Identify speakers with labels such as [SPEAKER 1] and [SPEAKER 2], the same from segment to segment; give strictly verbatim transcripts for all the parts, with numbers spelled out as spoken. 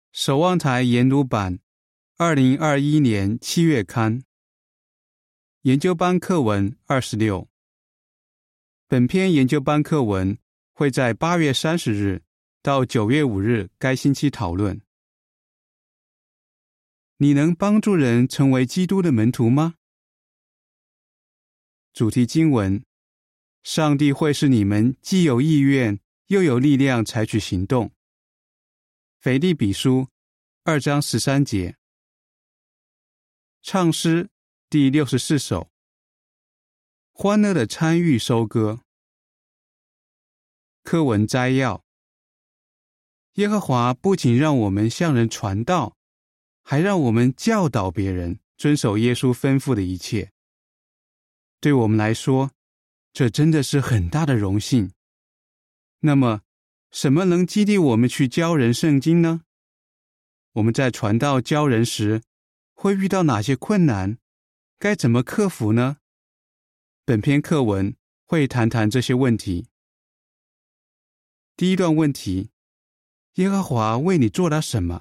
[SPEAKER 1] 守望台研读版二零二一年七月刊研究班课文二十六。本篇研究班课文会在八月三十日到九月五日该星期讨论。你能帮助人成为基督的门徒吗？主题经文：上帝会使你们既有意愿又有力量采取行动。腓立比书二章十三节。唱诗第六十四首。欢乐的参与收割。课文摘要：耶和华不仅让我们向人传道，还让我们教导别人遵守耶稣吩咐的一切。对我们来说，这真的是很大的荣幸。那么，什么能激励我们去教人圣经呢？我们在传道教人时，会遇到哪些困难？该怎么克服呢？本篇课文会谈谈这些问题。第一段问题：耶和华为你做了什么？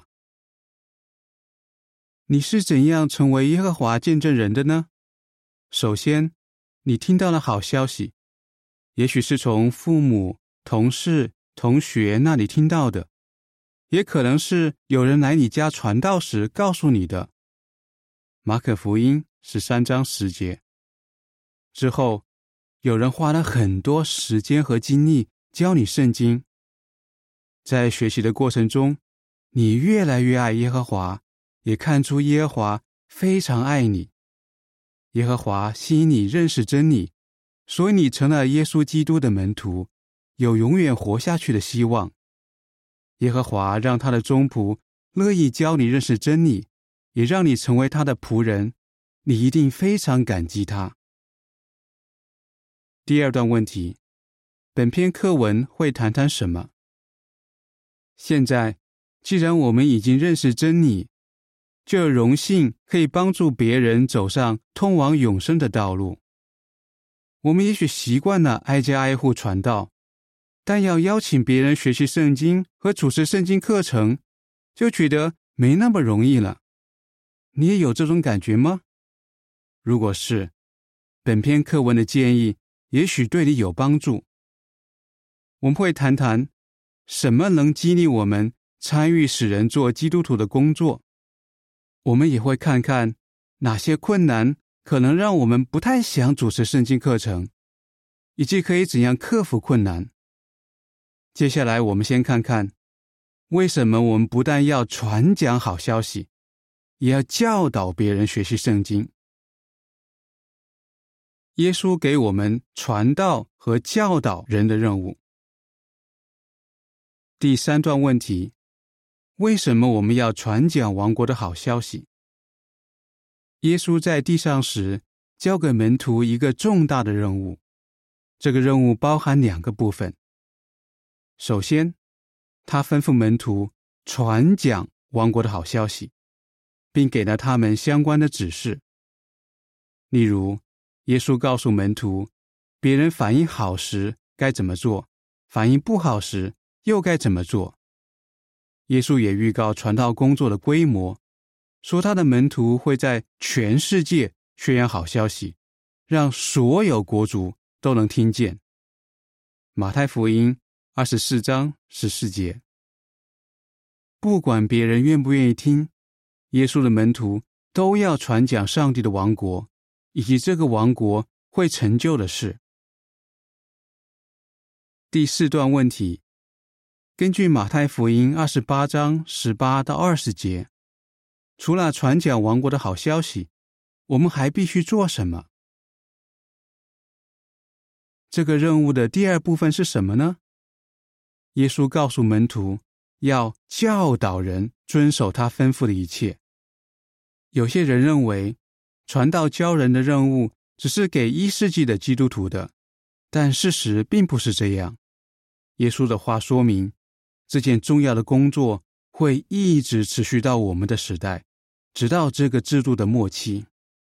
[SPEAKER 1] 你是怎样成为耶和华见证人的呢？首先，你听到了好消息，也许是从父母、同事、同学那里听到的，也可能是有人来你家传道时告诉你的。马可福音十三章十节。之后，有人花了很多时间和精力教你圣经。在学习的过程中，你越来越爱耶和华，也看出耶和华非常爱你。耶和华吸引你认识真理，所以你成了耶稣基督的门徒，有永远活下去的希望。耶和华让他的忠仆乐意教你认识真理，也让你成为他的仆人，你一定非常感激他。第二段问题：本篇课文会谈谈什么？现在，既然我们已经认识真理，就有荣幸可以帮助别人走上通往永生的道路。我们也许习惯了挨家挨户传道，但要邀请别人学习圣经和主持圣经课程，就觉得没那么容易了。你也有这种感觉吗？如果是，本篇课文的建议也许对你有帮助。我们会谈谈什么能激励我们参与使人做基督徒的工作。我们也会看看哪些困难可能让我们不太想主持圣经课程，以及可以怎样克服困难。接下来我们先看看为什么我们不但要传讲好消息，也要教导别人学习圣经。耶稣给我们传道和教导人的任务。第三段问题：为什么我们要传讲王国的好消息？耶稣在地上时交给门徒一个重大的任务，这个任务包含两个部分。首先，他吩咐门徒传讲王国的好消息，并给了他们相关的指示。例如，耶稣告诉门徒，别人反应好时该怎么做，反应不好时又该怎么做。耶稣也预告传道工作的规模，说他的门徒会在全世界宣扬好消息，让所有国族都能听见。马太福音二十四章十四节。不管别人愿不愿意听，耶稣的门徒都要传讲上帝的王国，以及这个王国会成就的事。第四段问题：根据马太福音二十八章十八到二十节，除了传讲王国的好消息，我们还必须做什么？这个任务的第二部分是什么呢？耶稣告诉门徒，要教导人遵守他吩咐的一切。有些人认为，传道教人的任务只是给一世纪的基督徒的，但事实并不是这样。耶稣的话说明，这件重要的工作会一直持续到我们的时代，直到这个制度的末期。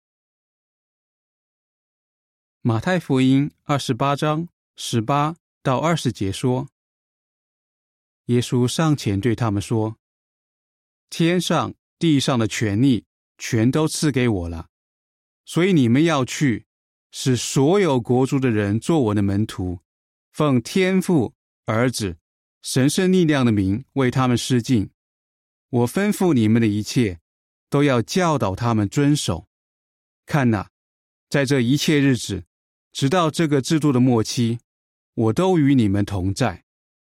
[SPEAKER 1] 马太福音二十八章十八到二十节说，耶稣上前对他们说， 天上地上的权力全都赐给我了，所以你们要去，使所有国族的人做我的门徒，奉天父、儿子、神圣力量的名为他们施浸。我吩咐你们的一切，都要教导他们遵守。看哪，在这一切日子，直到这个制度的末期，我都与你们同在。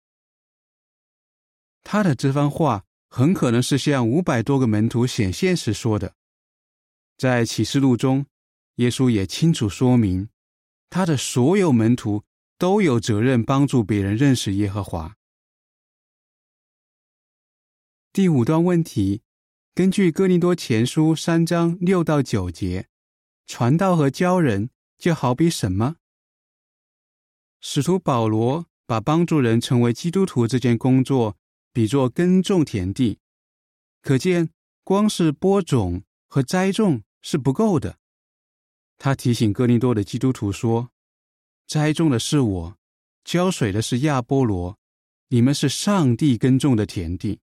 [SPEAKER 1] 他的这番话很可能是向五百多个门徒显现时说的。在启示录中，耶稣也清楚说明，他的所有门徒都有责任帮助别人认识耶和华。第五段问题，根据哥林多前书三章六到九节，传道和教人就好比什么？使徒保罗把帮助人成为基督徒这件工作比作耕种田地，可见光是播种和栽种是不够的。他提醒哥林多的基督徒说，栽种的是我，浇水的是亚波罗，你们是上帝耕种的田地。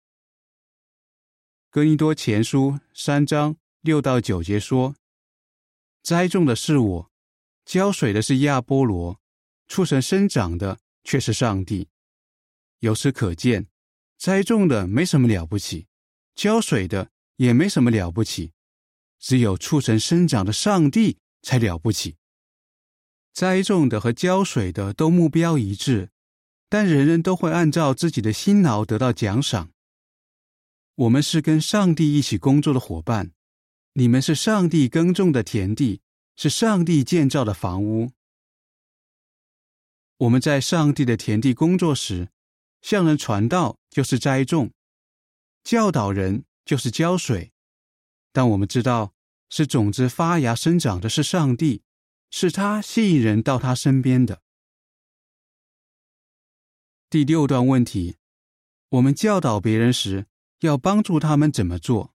[SPEAKER 1] 哥林多前书三章六到九节说，栽种的是我，浇水的是亚波罗，促成生长的却是上帝。由此可见，栽种的没什么了不起，浇水的也没什么了不起，只有促成生长的上帝才了不起。栽种的和浇水的都目标一致，但人人都会按照自己的辛劳得到奖赏。我们是跟上帝一起工作的伙伴，你们是上帝耕种的田地，是上帝建造的房屋。我们在上帝的田地工作时，向人传道就是栽种，教导人就是浇水。但我们知道，是种子发芽生长的是上帝，是他吸引人到他身边的。第六段问题，我们教导别人时，要帮助他们怎么做？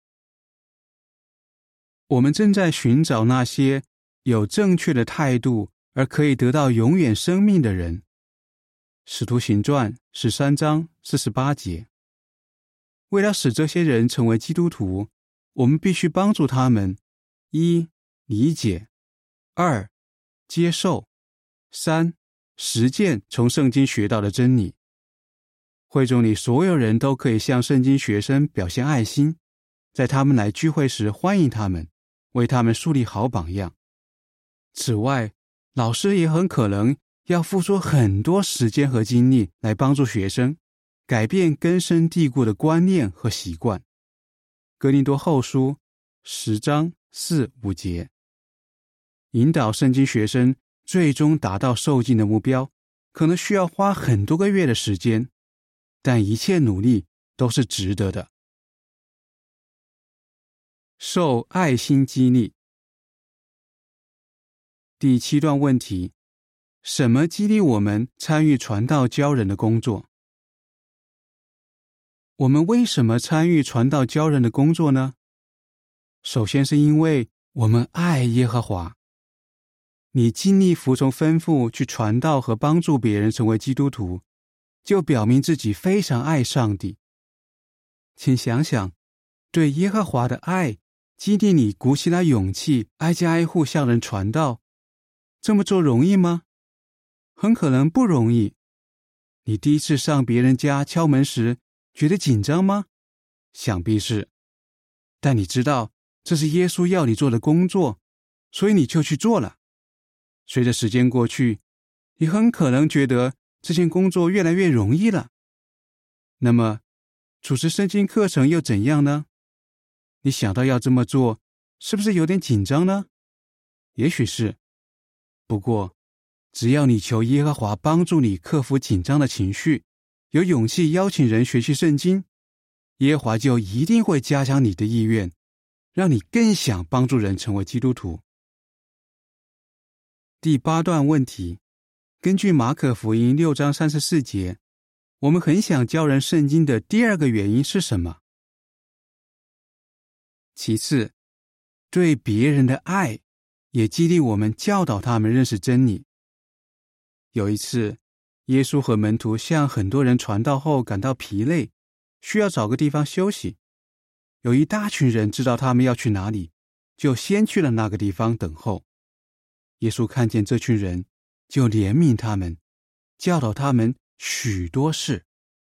[SPEAKER 1] 我们正在寻找那些有正确的态度而可以得到永远生命的人。使徒行传十三章四十八节。为了使这些人成为基督徒，我们必须帮助他们：一、理解；二、接受；三、实践从圣经学到的真理。会众里所有人都可以向圣经学生表现爱心，在他们来聚会时欢迎他们，为他们树立好榜样。此外，老师也很可能要付出很多时间和精力来帮助学生改变根深蒂固的观念和习惯。哥林多后书十章四五节。引导圣经学生最终达到受尽的目标，可能需要花很多个月的时间，但一切努力都是值得的。受爱心激励。第七段问题，什么激励我们参与传道教人的工作？我们为什么参与传道教人的工作呢？首先是因为我们爱耶和华。你尽力服从吩咐去传道和帮助别人成为基督徒，就表明自己非常爱上帝。请想想，对耶和华的爱激励你鼓起了勇气，挨家挨户向人传道。这么做容易吗？很可能不容易。你第一次上别人家敲门时，觉得紧张吗？想必是。但你知道，这是耶稣要你做的工作，所以你就去做了。随着时间过去，你很可能觉得这件工作越来越容易了。那么，主持圣经课程又怎样呢？你想到要这么做，是不是有点紧张呢？也许是。不过，只要你求耶和华帮助你克服紧张的情绪，有勇气邀请人学习圣经，耶和华就一定会加强你的意愿，让你更想帮助人成为基督徒。第八段问题，根据马可福音六章三十四节，我们很想教人圣经的第二个原因是什么？其次，对别人的爱也激励我们教导他们认识真理。有一次，耶稣和门徒向很多人传道后感到疲累， 需要找个地方休息。有一大群人知道他们要去哪里，就先去了那个地方等候。耶稣看见这群人，就怜悯他们，教导他们许多事。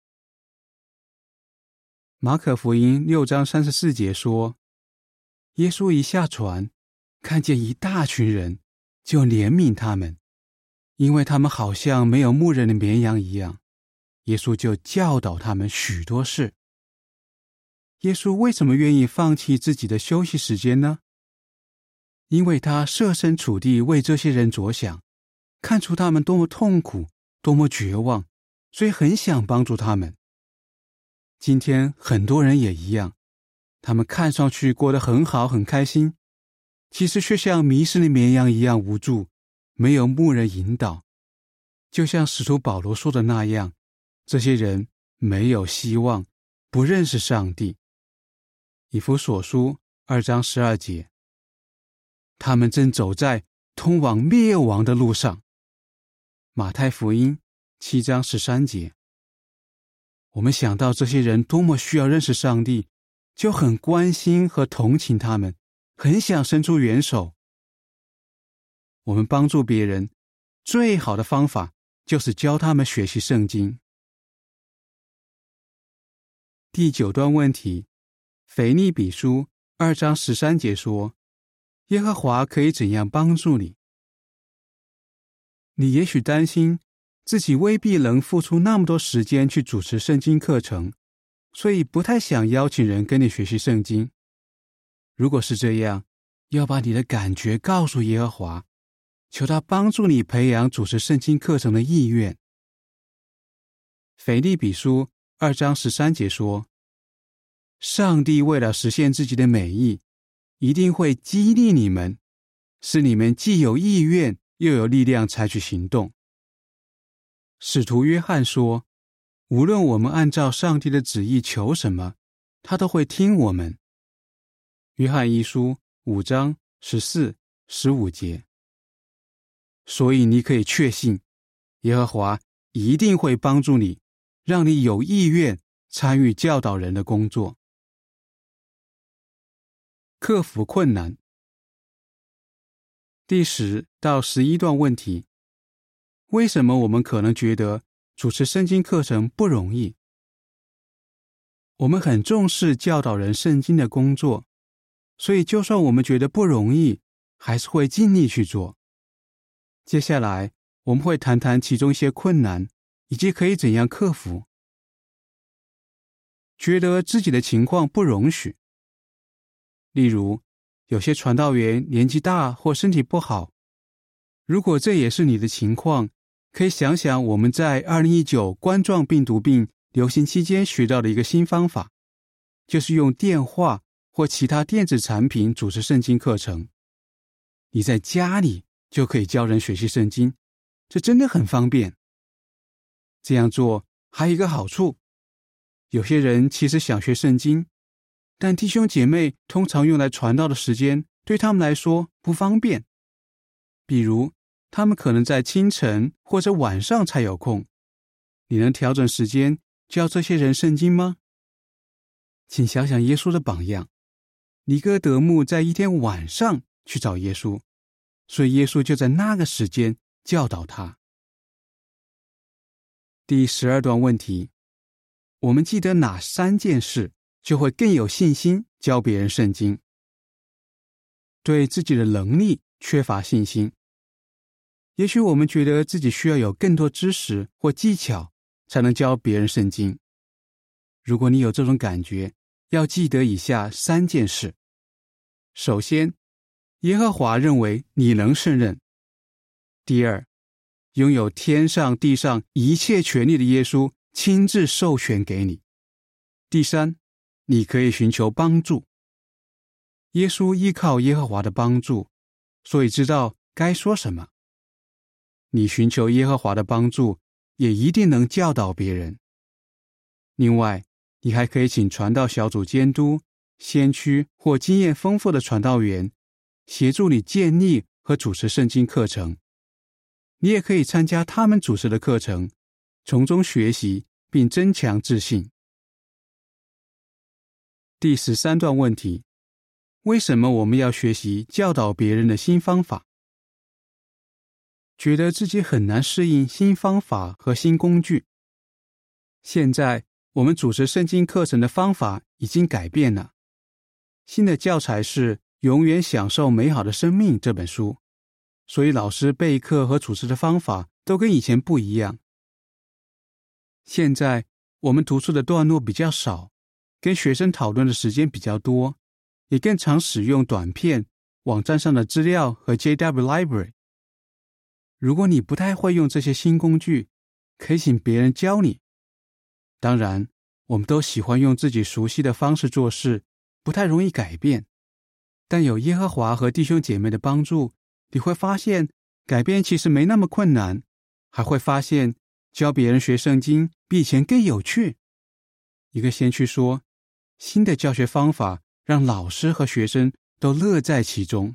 [SPEAKER 1] 马可福音六章三十四节说，耶稣一下船，看见一大群人，就怜悯他们，因为他们好像没有牧人的绵羊一样。耶稣就教导他们许多事。耶稣为什么愿意放弃自己的休息时间呢？因为他设身处地为这些人着想，看出他们多么痛苦，多么绝望，所以很想帮助他们。今天很多人也一样，他们看上去过得很好很开心，其实却像迷失的绵羊一样无助，没有牧人引导。就像使徒保罗说的那样，这些人没有希望，不认识上帝。以弗所书二章十二节，他们正走在通往灭亡的路上。马太福音七章十三节，我们想到这些人多么需要认识上帝，就很关心和同情他们，很想伸出援手。我们帮助别人最好的方法就是教他们学习圣经。第九段问题，腓立比书二章十三节说，耶和华可以怎样帮助你？你也许担心自己未必能付出那么多时间去主持圣经课程，所以不太想邀请人跟你学习圣经。如果是这样，要把你的感觉告诉耶和华，求他帮助你培养主持圣经课程的意愿。腓立比书二章十三节说，上帝为了实现自己的美意，一定会激励你们，使你们既有意愿又有力量采取行动。使徒约翰说，无论我们按照上帝的旨意求什么，他都会听我们。约翰一书五章十四、十五节。所以你可以确信，耶和华一定会帮助你，让你有意愿参与教导人的工作。克服困难。第十到十一段问题，为什么我们可能觉得主持圣经课程不容易？我们很重视教导人圣经的工作，所以就算我们觉得不容易，还是会尽力去做。接下来我们会谈谈其中一些困难，以及可以怎样克服。觉得自己的情况不容许，例如有些传道员年纪大或身体不好，如果这也是你的情况，可以想想我们在二零一九冠状病毒病流行期间学到的一个新方法，就是用电话或其他电子产品主持圣经课程。你在家里就可以教人学习圣经，这真的很方便。这样做还有一个好处，有些人其实想学圣经，但弟兄姐妹通常用来传道的时间对他们来说不方便。比如他们可能在清晨或者晚上才有空，你能调整时间教这些人圣经吗？请想想耶稣的榜样，尼哥德慕在一天晚上去找耶稣，所以耶稣就在那个时间教导他。第十二段问题，我们记得哪三件事，就会更有信心教别人圣经？对自己的能力缺乏信心。也许我们觉得自己需要有更多知识或技巧才能教别人圣经。如果你有这种感觉，要记得以下三件事。首先，耶和华认为你能胜任。第二，拥有天上地上一切权力的耶稣亲自授权给你。第三，你可以寻求帮助。耶稣依靠耶和华的帮助，所以知道该说什么。你寻求耶和华的帮助，也一定能教导别人。另外，你还可以请传道小组监督、先驱或经验丰富的传道员协助你建立和主持圣经课程。你也可以参加他们主持的课程，从中学习并增强自信。 第十三段问题：为什么我们要学习教导别人的新方法？觉得自己很难适应新方法和新工具。现在我们主持圣经课程的方法已经改变了。新的教材是《永远享受美好的生命》这本书，所以老师备课和主持的方法都跟以前不一样。现在我们读书的段落比较少，跟学生讨论的时间比较多，也更常使用短片、网站上的资料和 J W Library。如果你不太会用这些新工具，可以请别人教你。当然，我们都喜欢用自己熟悉的方式做事，不太容易改变。但有耶和华和弟兄姐妹的帮助，你会发现改变其实没那么困难，还会发现教别人学圣经比以前更有趣。一个先驱说，新的教学方法让老师和学生都乐在其中。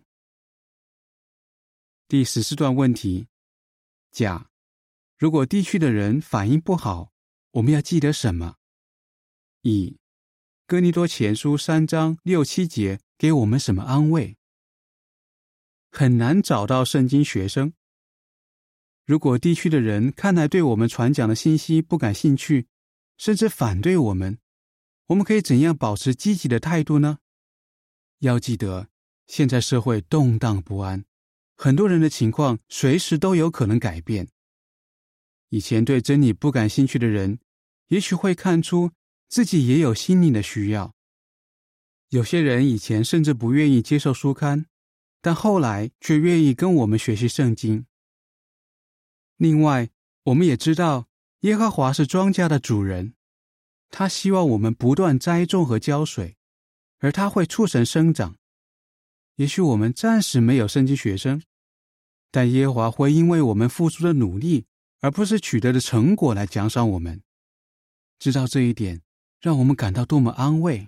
[SPEAKER 1] 第十四段问题：甲，如果地区的人反应不好，我们要记得什么？乙，哥林多前书三章六七节给我们什么安慰？很难找到圣经学生。如果地区的人看来对我们传讲的信息不感兴趣，甚至反对我们，我们可以怎样保持积极的态度呢？要记得，现在社会动荡不安，很多人的情况随时都有可能改变。以前对真理不感兴趣的人，也许会看出自己也有心灵的需要。有些人以前甚至不愿意接受书刊，但后来却愿意跟我们学习圣经。另外，我们也知道耶和华是庄稼的主人，他希望我们不断栽种和浇水，而他会促成生长。也许我们暂时没有圣经学生，但耶和华会因为我们付出的努力，而不是取得的成果来奖赏我们。知道这一点，让我们感到多么安慰。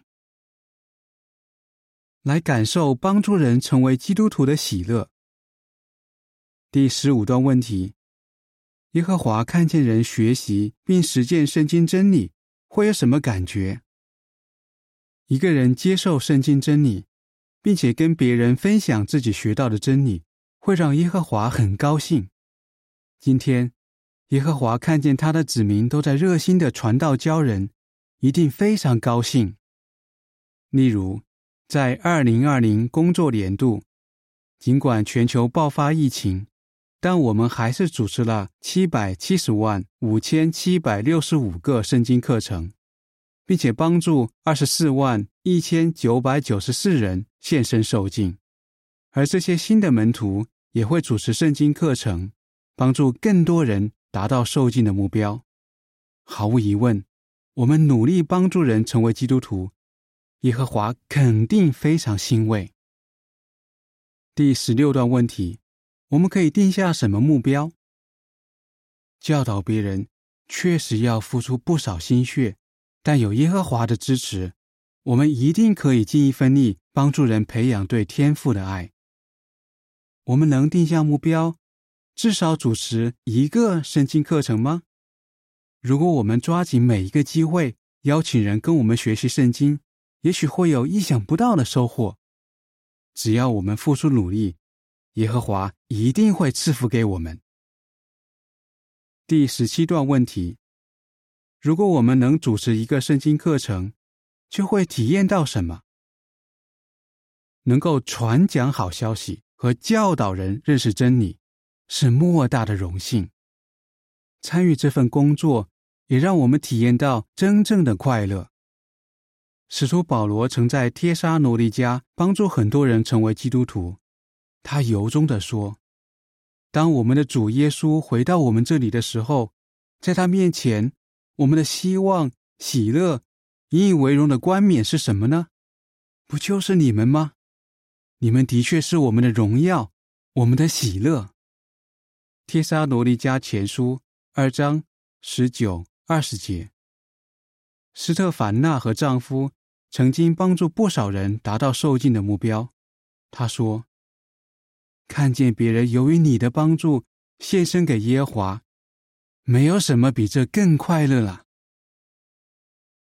[SPEAKER 1] 来感受帮助人成为基督徒的喜乐。第十五段问题：耶和华看见人学习并实践圣经真理，会有什么感觉？一个人接受圣经真理，并且跟别人分享自己学到的真理，会让耶和华很高兴。今天耶和华看见他的子民都在热心的传道教人，一定非常高兴。例如，在二零二零工作年度，尽管全球爆发疫情，但我们还是主持了七百七十万五千七百六十五个圣经课程，并且帮助二十四万一千九百九十四人献身受尽。而这些新的门徒也会主持圣经课程，帮助更多人达到受尽的目标。毫无疑问，我们努力帮助人成为基督徒，耶和华肯定非常欣慰。第十六段问题：我们可以定下什么目标？教导别人确实要付出不少心血，但有耶和华的支持，我们一定可以尽一份力，帮助人培养对天父的爱。我们能定下目标，至少主持一个圣经课程吗？如果我们抓紧每一个机会，邀请人跟我们学习圣经，也许会有意想不到的收获。只要我们付出努力，耶和华一定会赐福给我们。第十七段问题：如果我们能主持一个圣经课程，就会体验到什么？能够传讲好消息和教导人认识真理，是莫大的荣幸。参与这份工作，也让我们体验到真正的快乐。使徒保罗曾在帖撒罗尼迦帮助很多人成为基督徒。他由衷地说，当我们的主耶稣回到我们这里的时候，在他面前，我们的希望、喜乐、引以为荣的冠冕是什么呢？不就是你们吗？你们的确是我们的荣耀，我们的喜乐。帖撒罗尼迦前书二章十九、二十节。斯特凡娜和丈夫曾经帮助不少人达到受尽的目标。她说，看见别人由于你的帮助献身给耶和华，没有什么比这更快乐了。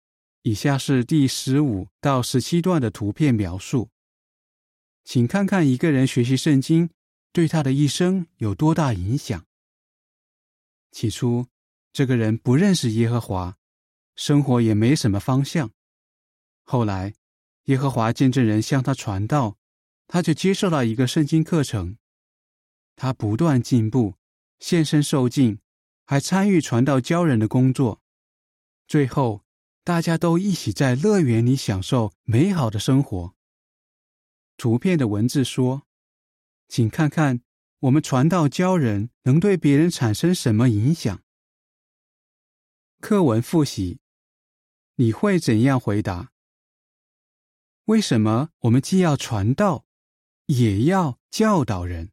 [SPEAKER 1] 以下是第十五到十七段的图片描述，请看看一个人学习圣经对他的一生有多大影响。起初，这个人不认识耶和华，生活也没什么方向。后来，耶和华见证人向他传道，他就接受了一个圣经课程。他不断进步，献身受敬，还参与传道教人的工作。最后，大家都一起在乐园里享受美好的生活。图片的文字说，请看看我们传道教人能对别人产生什么影响。课文复习，你会怎样回答？为什么我们既要传道，也要教导人？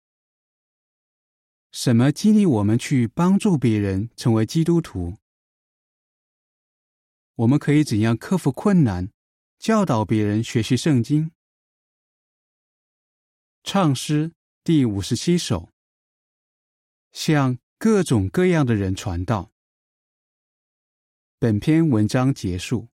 [SPEAKER 1] 什么激励我们去帮助别人成为基督徒？我们可以怎样克服困难，教导别人学习圣经？唱诗第五十七首，向各种各样的人传道。本篇文章结束。